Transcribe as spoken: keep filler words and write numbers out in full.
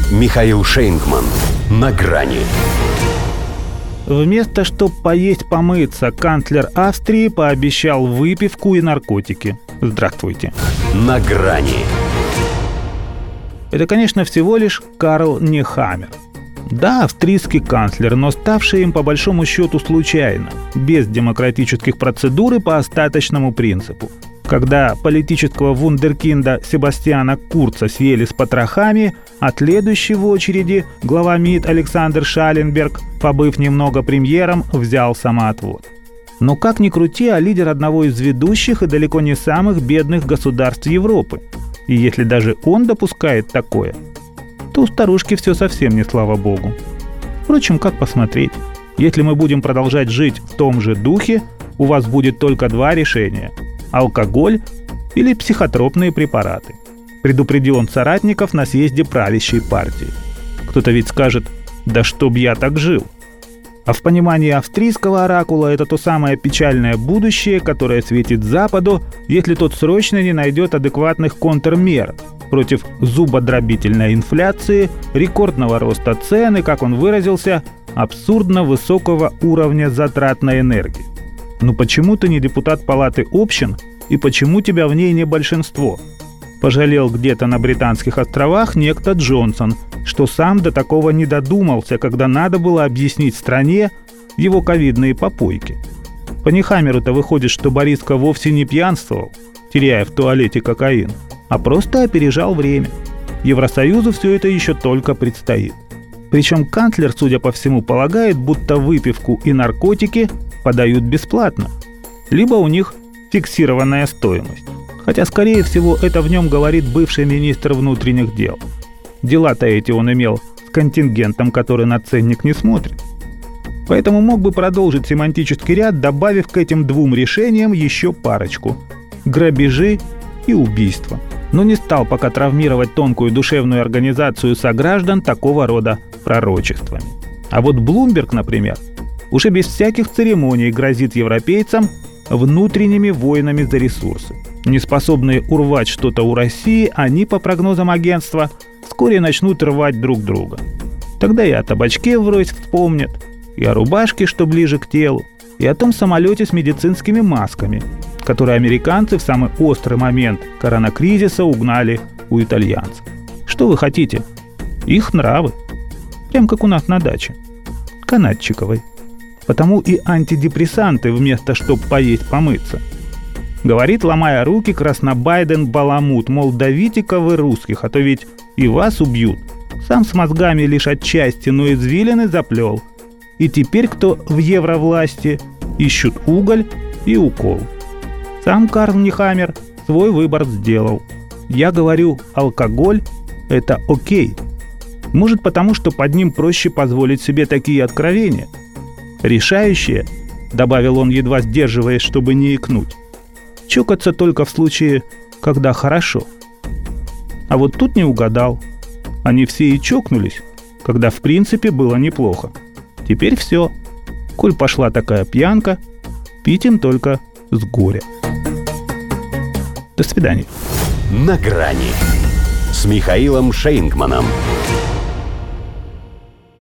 Михаил Шейнгман. На грани. Вместо чтоб поесть, помыться, канцлер Австрии пообещал выпивку и наркотики. Здравствуйте. На грани. Это, конечно, всего лишь Карл Нехаммер. Да, австрийский канцлер, но ставший им по большому счету случайно, без демократических процедур и по остаточному принципу. Когда политического вундеркинда Себастьяна Курца съели с потрохами, а следующий в очереди глава МИД Александр Шалленберг, побыв немного премьером, взял самоотвод. Но как ни крути, а лидер одного из ведущих и далеко не самых бедных государств Европы. И если даже он допускает такое, то у старушки все совсем не слава богу. Впрочем, как посмотреть? Если мы будем продолжать жить в том же духе, у вас будет только два решения – алкоголь или психотропные препараты. Предупредил он соратников на съезде правящей партии. Кто-то ведь скажет: да чтоб я так жил. А в понимании австрийского оракула это то самое печальное будущее, которое светит Западу, если тот срочно не найдет адекватных контрмер против зубодробительной инфляции, рекордного роста цен и, как он выразился, абсурдно высокого уровня затрат на энергию. Ну почему ты не депутат Палаты общин и почему тебя в ней не большинство? Пожалел где-то на Британских островах некто Джонсон, что сам до такого не додумался, когда надо было объяснить стране его ковидные попойки. По Нехаммеру-то выходит, что Бориска вовсе не пьянствовал, теряя в туалете кокаин, а просто опережал время. Евросоюзу все это еще только предстоит. Причем канцлер, судя по всему, полагает, будто выпивку и наркотики подают бесплатно, либо у них фиксированная стоимость. Хотя, скорее всего, это в нем говорит бывший министр внутренних дел. Дела-то эти он имел с контингентом, который на ценник не смотрит. Поэтому мог бы продолжить семантический ряд, добавив к этим двум решениям еще парочку – грабежи и убийства. Но не стал пока травмировать тонкую душевную организацию сограждан такого рода пророчествами. А вот Блумберг, например, уже без всяких церемоний грозит европейцам внутренними войнами за ресурсы. Неспособные урвать что-то у России, они, по прогнозам агентства, вскоре начнут рвать друг друга. Тогда и о табачке врозь вспомнят, и о рубашке, что ближе к телу, и о том самолете с медицинскими масками, который американцы в самый острый момент коронакризиса угнали у итальянцев. Что вы хотите? Их нравы. Прям как у нас на даче. Канатчиковой. Потому и антидепрессанты вместо «чтоб поесть, помыться». Говорит, ломая руки, Краснобайден баламут, мол, давите-ка вы русских, а то ведь и вас убьют. Сам с мозгами лишь отчасти, но извилины заплел. И теперь кто в евровласти ищут уголь и укол. Сам Карл Нехаммер свой выбор сделал. Я говорю, алкоголь – это окей. Может, потому что под ним проще позволить себе такие откровения. Решающее, добавил он, едва сдерживаясь, чтобы не икнуть, чокаться только в случае, когда хорошо. А вот тут не угадал. Они все и чокнулись, когда в принципе было неплохо. Теперь все. Коль пошла такая пьянка, пить им только с горя. До свидания. На грани с Михаилом Шейнгманом.